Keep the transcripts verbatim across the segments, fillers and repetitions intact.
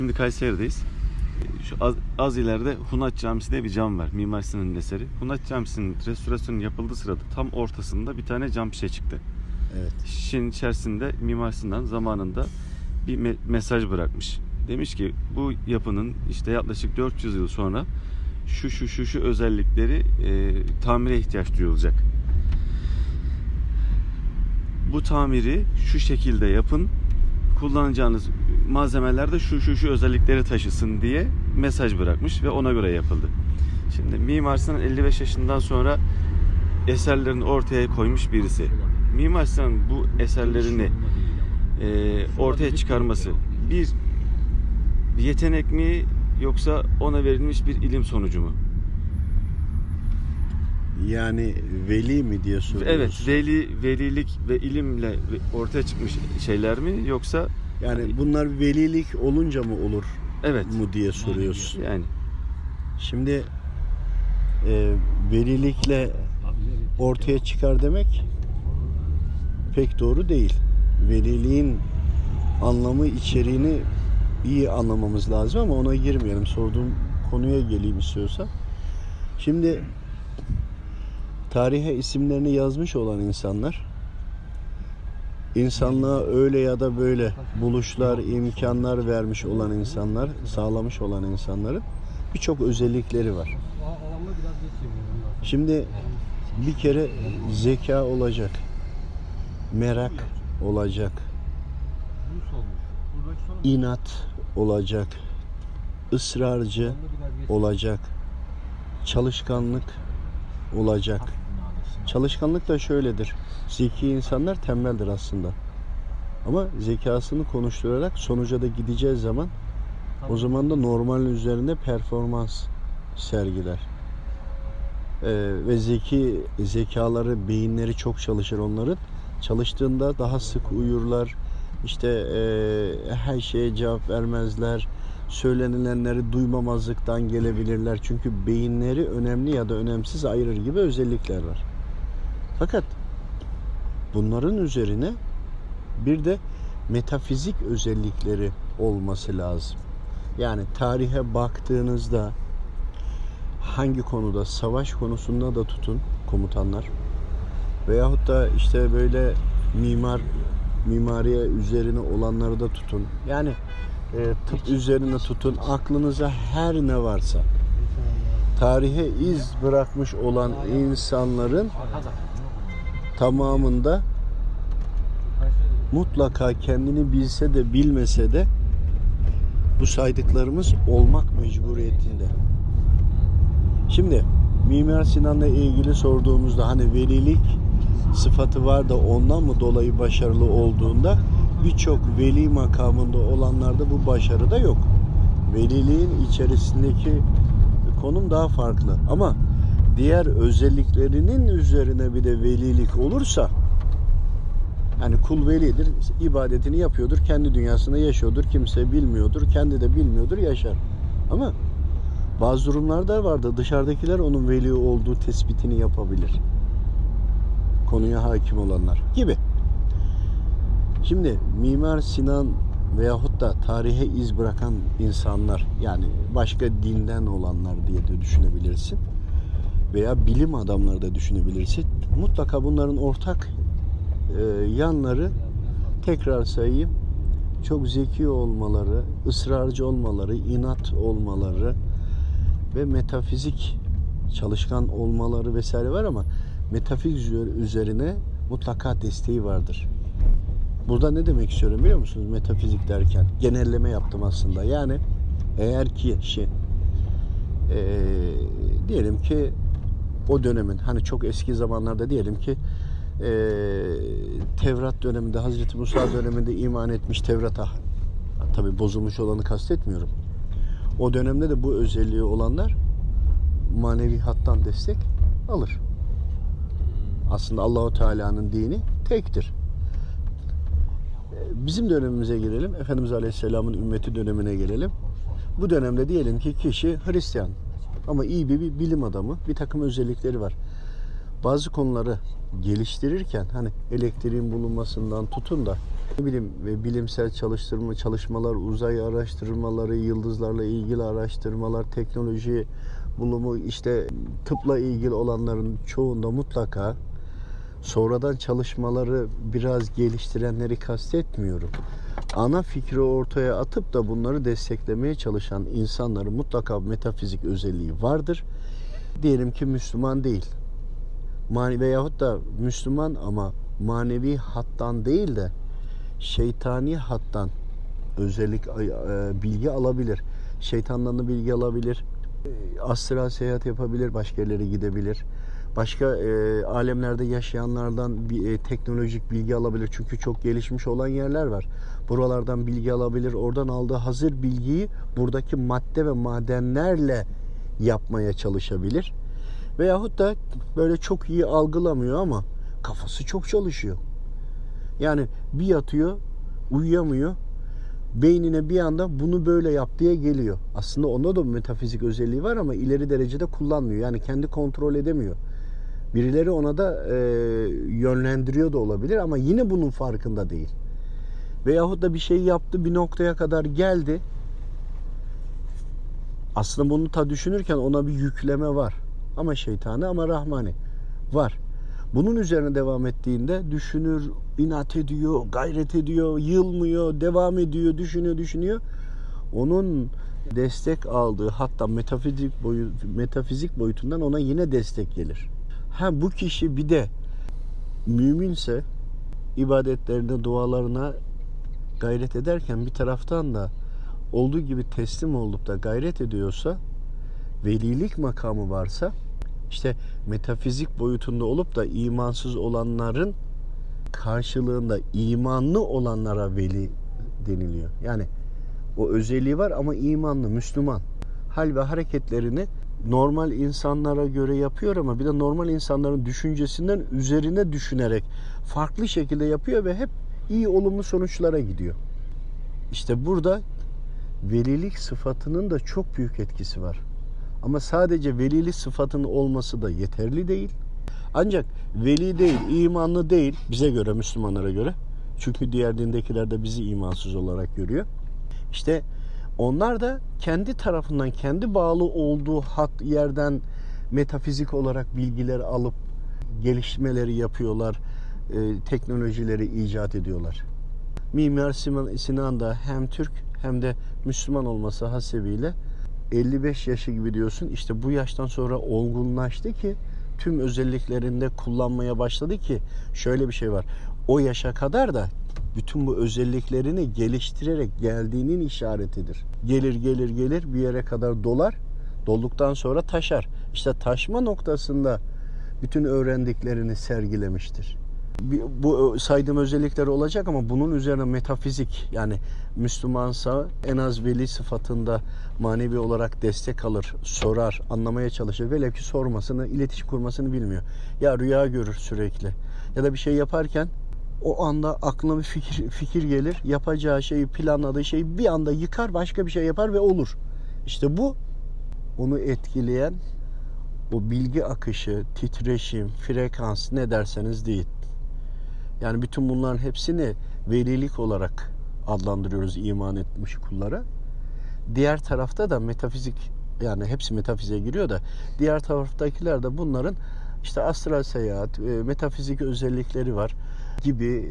Şimdi Kayseri'deyiz. Şu az, az ileride Hunat Camisi diye bir cam var. Mimar Sinan'ın eseri. Hunat Camisi'nin restorasyonu yapıldığı sırada tam ortasında bir tane cam şişe çıktı. Evet. Şişenin içerisinde Mimar Sinan zamanında bir me- mesaj bırakmış. Demiş ki bu yapının işte yaklaşık dört yüz yıl sonra şu şu şu şu özellikleri e, tamire ihtiyaç duyulacak. Bu tamiri şu şekilde yapın. Kullanacağınız malzemeler de şu şu şu özellikleri taşısın diye mesaj bırakmış ve ona göre yapıldı. Şimdi Mimar Sinan elli beş yaşından sonra eserlerini ortaya koymuş birisi. Mimar Sinan bu eserlerini e, ortaya çıkarması bir yetenek mi yoksa ona verilmiş bir ilim sonucu mu? Yani veli mi diye soruyoruz. Evet, veli, velilik ve ilimle ortaya çıkmış şeyler mi yoksa yani bunlar velilik olunca mı olur? Evet. Mu diye soruyorsun. Yani şimdi e, velilikle ortaya çıkar demek pek doğru değil. Veliliğin anlamı, içeriğini iyi anlamamız lazım ama ona girmeyelim. Sorduğum konuya geleyim istiyorsan. Şimdi tarihe isimlerini yazmış olan insanlar, insanlığa öyle ya da böyle buluşlar, imkanlar vermiş olan insanlar, sağlamış olan insanların birçok özellikleri var. Şimdi bir kere zeka olacak, merak olacak, inat olacak, ısrarcı olacak, çalışkanlık olacak. Çalışkanlık da şöyledir. Zeki insanlar tembeldir aslında. Ama zekasını konuşturarak sonuca da gideceği zaman o zaman da normalin üzerinde performans sergiler. Ee, ve zeki zekaları, beyinleri çok çalışır onların. Çalıştığında daha sık uyurlar. İşte e, her şeye cevap vermezler. Söylenilenleri duymamazlıktan gelebilirler. Çünkü beyinleri önemli ya da önemsiz ayırır gibi özellikler var. Fakat bunların üzerine bir de metafizik özellikleri olması lazım. Yani tarihe baktığınızda hangi konuda, savaş konusunda da tutun komutanlar veyahut da işte böyle mimar mimariye üzerine olanları da tutun. Yani e, tıp üzerine tutun. Aklınıza her ne varsa tarihe iz bırakmış olan insanların tamamında mutlaka kendini bilse de bilmese de bu saydıklarımız olmak mecburiyetinde. Şimdi Mimar Sinan'la ilgili sorduğumuzda hani velilik sıfatı var da ondan mı dolayı başarılı olduğunda birçok veli makamında olanlarda bu başarı da yok. Veliliğin içerisindeki konum daha farklı. Ama diğer özelliklerinin üzerine bir de velilik olursa yani kul velidir, ibadetini yapıyordur, kendi dünyasında yaşıyordur, kimse bilmiyordur, kendi de bilmiyordur, yaşar. Ama bazı durumlarda vardı, dışarıdakiler onun veli olduğu tespitini yapabilir. Konuya hakim olanlar gibi. Şimdi Mimar Sinan veyahut da tarihe iz bırakan insanlar, yani başka dinden olanlar diye de düşünebilirsin. Veya bilim adamları da düşünebilirsin. Mutlaka bunların ortak e, yanları, tekrar sayayım, çok zeki olmaları, ısrarcı olmaları, inat olmaları ve metafizik çalışkan olmaları vesaire var ama metafizik üzerine mutlaka desteği vardır. Burada ne demek istiyorum biliyor musunuz metafizik derken? Genelleme yaptım aslında. Yani eğer ki şey, e, diyelim ki o dönemin, hani çok eski zamanlarda diyelim ki e, Tevrat döneminde, Hazreti Musa döneminde iman etmiş Tevrat'a, tabi bozulmuş olanı kastetmiyorum. O dönemde de bu özelliği olanlar manevi hattan destek alır. Aslında Allahu Teala'nın dini tektir. Bizim dönemimize gelelim. Efendimiz Aleyhisselam'ın ümmeti dönemine gelelim. Bu dönemde diyelim ki kişi Hristiyan ama iyi bir, bir bilim adamı, bir takım özellikleri var. Bazı konuları geliştirirken hani elektriğin bulunmasından tutun da Ne bileyim ve bilimsel çalıştırma çalışmalar, uzay araştırmaları, yıldızlarla ilgili araştırmalar, teknoloji bulumu, işte tıpla ilgili olanların çoğunda mutlaka sonradan çalışmaları biraz geliştirenleri kastetmiyorum. Ana fikri ortaya atıp da bunları desteklemeye çalışan insanların mutlaka metafizik özelliği vardır. Diyelim ki Müslüman değil. Mani veyahut da Müslüman ama manevi hattan değil de şeytani hattan özellik bilgi alabilir. Şeytandan da bilgi alabilir. Astral seyahat yapabilir, başka yerlere gidebilir. Başka e, alemlerde yaşayanlardan bir e, teknolojik bilgi alabilir. Çünkü çok gelişmiş olan yerler var. Buralardan bilgi alabilir. Oradan aldığı hazır bilgiyi buradaki madde ve madenlerle yapmaya çalışabilir. Veyahut da böyle çok iyi algılamıyor ama kafası çok çalışıyor. Yani bir yatıyor, uyuyamıyor. Beynine bir anda bunu böyle yap diye geliyor. Aslında onda da bir metafizik özelliği var ama ileri derecede kullanmıyor. Yani kendi kontrol edemiyor. Birileri ona da e, yönlendiriyor da olabilir ama yine bunun farkında değil. Veyahut da bir şey yaptı, bir noktaya kadar geldi. Aslında bunu ta düşünürken ona bir yükleme var. Ama şeytani ama rahmani var. Bunun üzerine devam ettiğinde düşünür, inat ediyor, gayret ediyor, yılmıyor, devam ediyor, düşünüyor, düşünüyor. Onun destek aldığı, hatta metafizik boyut, metafizik boyutundan ona yine destek gelir. Ha bu kişi bir de müminse ibadetlerine, dualarına gayret ederken bir taraftan da olduğu gibi teslim olup da gayret ediyorsa, velilik makamı varsa, işte metafizik boyutunda olup da imansız olanların karşılığında imanlı olanlara veli deniliyor. Yani o özelliği var ama imanlı, Müslüman. Hal ve hareketlerini normal insanlara göre yapıyor ama bir de normal insanların düşüncesinden üzerine düşünerek farklı şekilde yapıyor ve hep iyi, olumlu sonuçlara gidiyor. İşte burada velilik sıfatının da çok büyük etkisi var. Ama sadece velilik sıfatının olması da yeterli değil. Ancak veli değil, imanlı değil bize göre, Müslümanlara göre. Çünkü diğer dindekiler de bizi imansız olarak görüyor. İşte onlar da kendi tarafından, kendi bağlı olduğu hat yerden metafizik olarak bilgileri alıp gelişmeleri yapıyorlar, e, teknolojileri icat ediyorlar. Mimar Sinan da hem Türk hem de Müslüman olması hasebiyle elli beş yaşı gibi diyorsun, işte bu yaştan sonra olgunlaştı ki tüm özelliklerinde kullanmaya başladı ki şöyle bir şey var. O yaşa kadar da bütün bu özelliklerini geliştirerek geldiğinin işaretidir. Gelir gelir gelir bir yere kadar dolar. Dolduktan sonra taşar. İşte taşma noktasında bütün öğrendiklerini sergilemiştir. Bu saydığım özellikler olacak ama bunun üzerine metafizik, yani Müslümansa en az veli sıfatında manevi olarak destek alır, sorar, anlamaya çalışır. Velev ki sormasını, iletişim kurmasını bilmiyor. Ya rüya görür sürekli. Ya da bir şey yaparken o anda aklına bir fikir, fikir gelir. Yapacağı şeyi, planladığı şeyi bir anda yıkar, başka bir şey yapar ve olur. İşte bu onu etkileyen o bilgi akışı, titreşim, frekans ne derseniz deyin. Yani bütün bunların hepsini velilik olarak adlandırıyoruz iman etmiş kullara. Diğer tarafta da metafizik, yani hepsi metafiziğe giriyor da diğer taraftakiler de bunların işte astral seyahat, metafizik özellikleri var gibi,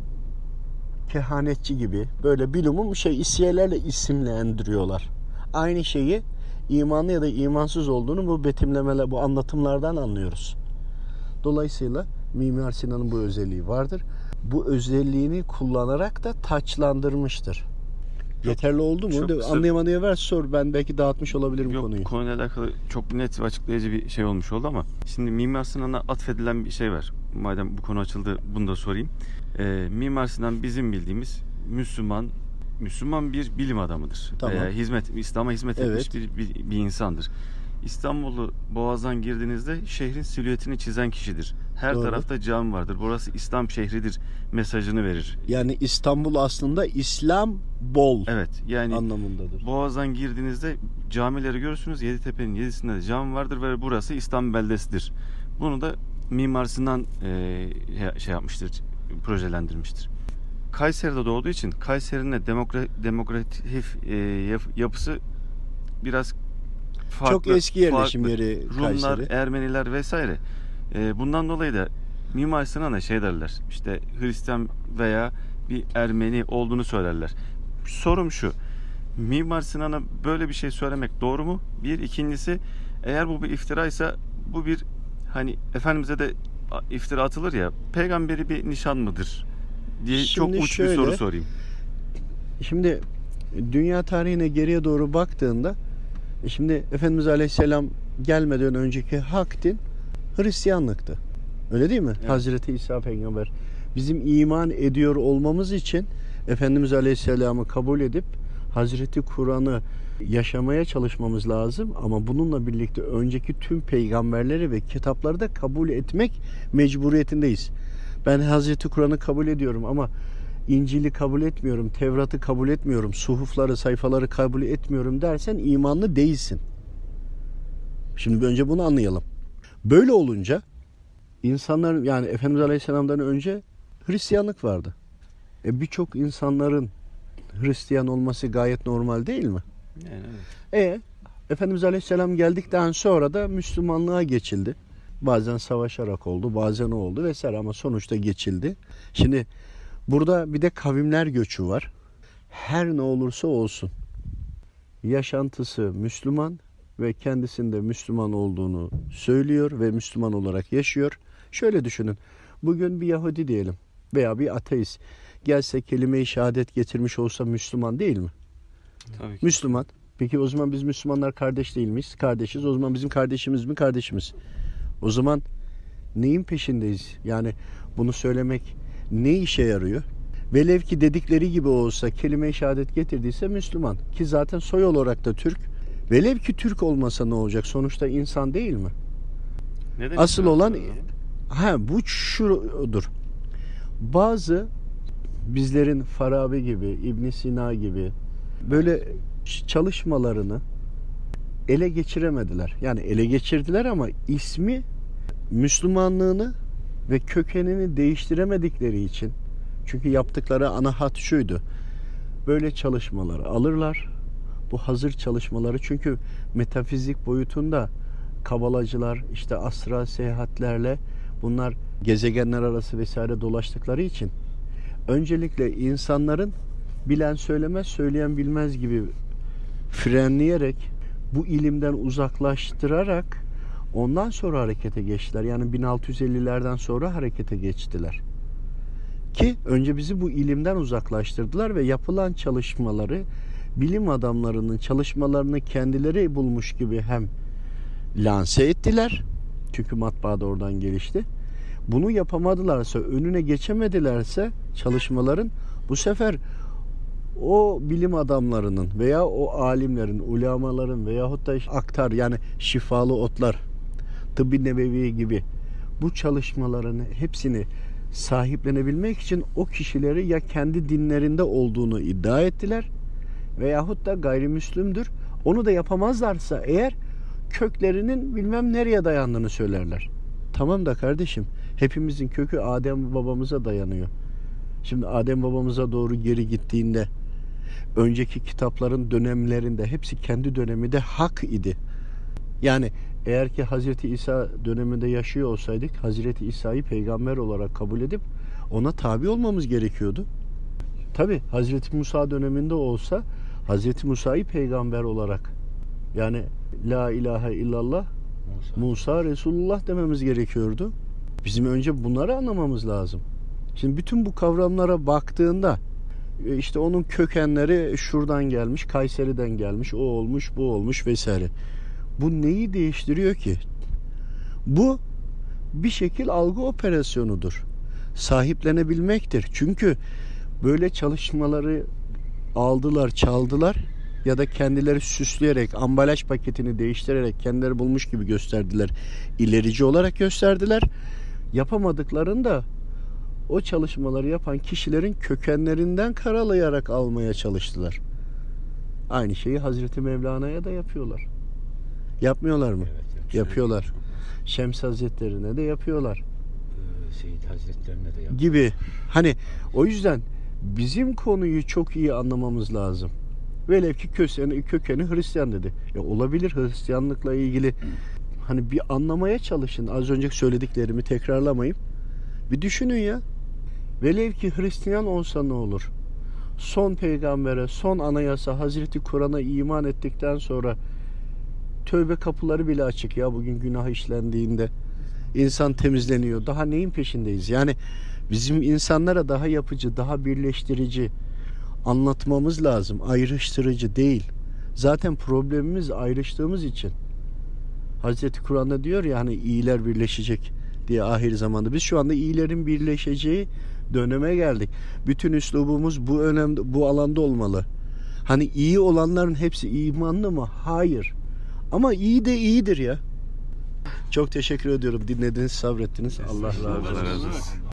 kehanetçi gibi böyle bilumum şey isiyelerle isimlendiriyorlar. Aynı şeyi imanlı ya da imansız olduğunu bu betimlemeler, bu anlatımlardan anlıyoruz. Dolayısıyla Mimar Sinan'ın bu özelliği vardır. Bu özelliğini kullanarak da taçlandırmıştır. Çok, Yeterli oldu mu? De, anlayamadığı ver sor. Ben belki dağıtmış olabilirim Yok, konuyu. Konuyla alakalı çok net ve açıklayıcı bir şey olmuş oldu ama şimdi Mimar Sinan'a atfedilen bir şey var. Madem bu konu açıldı bunu da sorayım. Ee, Mimar Sinan bizim bildiğimiz Müslüman Müslüman bir bilim adamıdır. Tamam. Veya hizmet, İslam'a hizmet etmiş Evet. bir, bir, bir insandır. İstanbul'u Boğaz'dan girdiğinizde şehrin silüetini çizen kişidir. Her Doğru. tarafta cami vardır. Burası İslam şehridir mesajını verir. Yani İstanbul aslında İslam bol Evet. Yani anlamındadır. Boğaz'dan girdiğinizde camileri görürsünüz. Yeditepe'nin yedisinde de cami vardır ve burası İslam beldesidir. Bunu da Mimar Sinan e, şey yapmıştır, projelendirmiştir. Kayseri'de doğduğu için Kayseri'nin demokra, demokratik e, yap- yapısı biraz farklı. Çok eski yerleşim farklı. yeri Rumlar, Kayseri. Ermeniler vesaire. E, bundan dolayı da Mimar Sinan'a şey derler. İşte Hristiyan veya bir Ermeni olduğunu söylerler. Sorum şu. Mimar Sinan'a böyle bir şey söylemek doğru mu? Bir. İkincisi, eğer bu bir iftiraysa, bu bir, hani Efendimiz'e de iftira atılır ya, peygamberi bir nişan mıdır diye Şimdi çok uç şöyle, bir soru sorayım. Şimdi dünya tarihine geriye doğru baktığında, şimdi Efendimiz Aleyhisselam gelmeden önceki hak din Hristiyanlıktı. Öyle değil mi? Evet. Hazreti İsa peygamber. Bizim iman ediyor olmamız için Efendimiz Aleyhisselam'ı kabul edip Hazreti Kur'an'ı yaşamaya çalışmamız lazım, ama bununla birlikte önceki tüm peygamberleri ve kitapları da kabul etmek mecburiyetindeyiz. Ben Hazreti Kur'an'ı kabul ediyorum ama İncil'i kabul etmiyorum, Tevrat'ı kabul etmiyorum, suhufları, sayfaları kabul etmiyorum dersen imanlı değilsin. Şimdi önce bunu anlayalım. Böyle olunca insanların, yani Efendimiz Aleyhisselam'dan önce Hristiyanlık vardı. E birçok insanların Hristiyan olması gayet normal değil mi? Yani evet. E Efendimiz Aleyhisselam geldikten sonra da Müslümanlığa geçildi. Bazen savaşarak oldu, bazen o oldu vesaire, ama sonuçta geçildi. Şimdi burada bir de kavimler göçü var. Her ne olursa olsun yaşantısı Müslüman ve kendisinde Müslüman olduğunu söylüyor ve Müslüman olarak yaşıyor. Şöyle düşünün. Bugün bir Yahudi diyelim veya bir ateist gelse, kelime-i şehadet getirmiş olsa Müslüman değil mi? Tabii ki. Müslüman. Peki o zaman biz Müslümanlar kardeş değil miyiz? Kardeşiz. O zaman bizim kardeşimiz mi? Kardeşimiz. O zaman neyin peşindeyiz? Yani bunu söylemek ne işe yarıyor? Velev ki dedikleri gibi olsa, kelime-i şehadet getirdiyse Müslüman. Ki zaten soy olarak da Türk. Velev ki Türk olmasa ne olacak? Sonuçta insan değil mi? Neden Asıl iftira olan atılır o zaman? ha bu şudur. Bazı bizlerin Farabi gibi, İbn Sina gibi böyle çalışmalarını ele geçiremediler. Yani ele geçirdiler ama ismi, Müslümanlığını ve kökenini değiştiremedikleri için, çünkü yaptıkları ana hat şuydu: böyle çalışmaları alırlar. Bu hazır çalışmaları, çünkü metafizik boyutunda kabalacılar işte astral seyahatlerle bunlar gezegenler arası vesaire dolaştıkları için öncelikle insanların bilen söylemez, söyleyen bilmez gibi frenleyerek, bu ilimden uzaklaştırarak ondan sonra harekete geçtiler. Yani bin altı yüz ellilerden sonra harekete geçtiler. Ki önce bizi bu ilimden uzaklaştırdılar ve yapılan çalışmaları, bilim adamlarının çalışmalarını kendileri bulmuş gibi hem lanse ettiler. Çünkü matbaa da oradan gelişti. Bunu yapamadılarsa, önüne geçemedilerse çalışmaların, bu sefer o bilim adamlarının veya o alimlerin, ulemaların veyahut da aktar, yani şifalı otlar, tıbbi nebevi gibi bu çalışmaların hepsini sahiplenebilmek için o kişileri ya kendi dinlerinde olduğunu iddia ettiler veyahut da gayrimüslimdir. Onu da yapamazlarsa eğer, köklerinin bilmem nereye dayandığını söylerler. Tamam da kardeşim, hepimizin kökü Adem babamıza dayanıyor. Şimdi Adem babamıza doğru geri gittiğinde, önceki kitapların dönemlerinde hepsi kendi döneminde hak idi. Yani eğer ki Hazreti İsa döneminde yaşıyor olsaydık, Hazreti İsa'yı peygamber olarak kabul edip ona tabi olmamız gerekiyordu. Tabi Hazreti Musa döneminde olsa Hazreti Musa'yı peygamber olarak, yani La ilahe illallah Musa, Musa Resulullah dememiz gerekiyordu. Bizim önce bunları anlamamız lazım. Şimdi bütün bu kavramlara baktığında işte onun kökenleri şuradan gelmiş, Kayseri'den gelmiş, o olmuş, bu olmuş vesaire. Bu neyi değiştiriyor ki? Bu bir şekil algı operasyonudur. Sahiplenebilmektir. Çünkü böyle çalışmaları aldılar, çaldılar ya da kendileri süsleyerek, ambalaj paketini değiştirerek kendileri bulmuş gibi gösterdiler. İlerici olarak gösterdiler. Yapamadıklarında o çalışmaları yapan kişilerin kökenlerinden karalayarak almaya çalıştılar. Aynı şeyi Hazreti Mevlana'ya da yapıyorlar. Yapmıyorlar mı? Evet, yapıyorlar. Şems Hazretlerine de yapıyorlar. Ee, Seyyid Hazretlerine de yapıyorlar. Gibi. Hani o yüzden bizim konuyu çok iyi anlamamız lazım. Velev ki kökeni, kökeni Hristiyan dedi. E olabilir, Hristiyanlıkla ilgili hani bir anlamaya çalışın. Az önce söylediklerimi tekrarlamayayım. Bir düşünün ya. Velev ki Hristiyan olsa ne olur? Son peygambere, son anayasa Hazreti Kur'an'a iman ettikten sonra tövbe kapıları bile açık ya bugün günah işlendiğinde. İnsan temizleniyor. Daha neyin peşindeyiz? Yani bizim insanlara daha yapıcı, daha birleştirici anlatmamız lazım. Ayrıştırıcı değil. Zaten problemimiz ayrıştığımız için. Hazreti Kur'an'da diyor ya hani iyiler birleşecek diye ahir zamanda. Biz şu anda iyilerin birleşeceği döneme geldik. Bütün üslubumuz bu önemde, bu alanda olmalı. Hani iyi olanların hepsi imanlı mı? Hayır. Ama iyi de iyidir ya. Çok teşekkür ediyorum. Dinlediniz, sabrettiniz. Allah razı olsun. Allah razı olsun.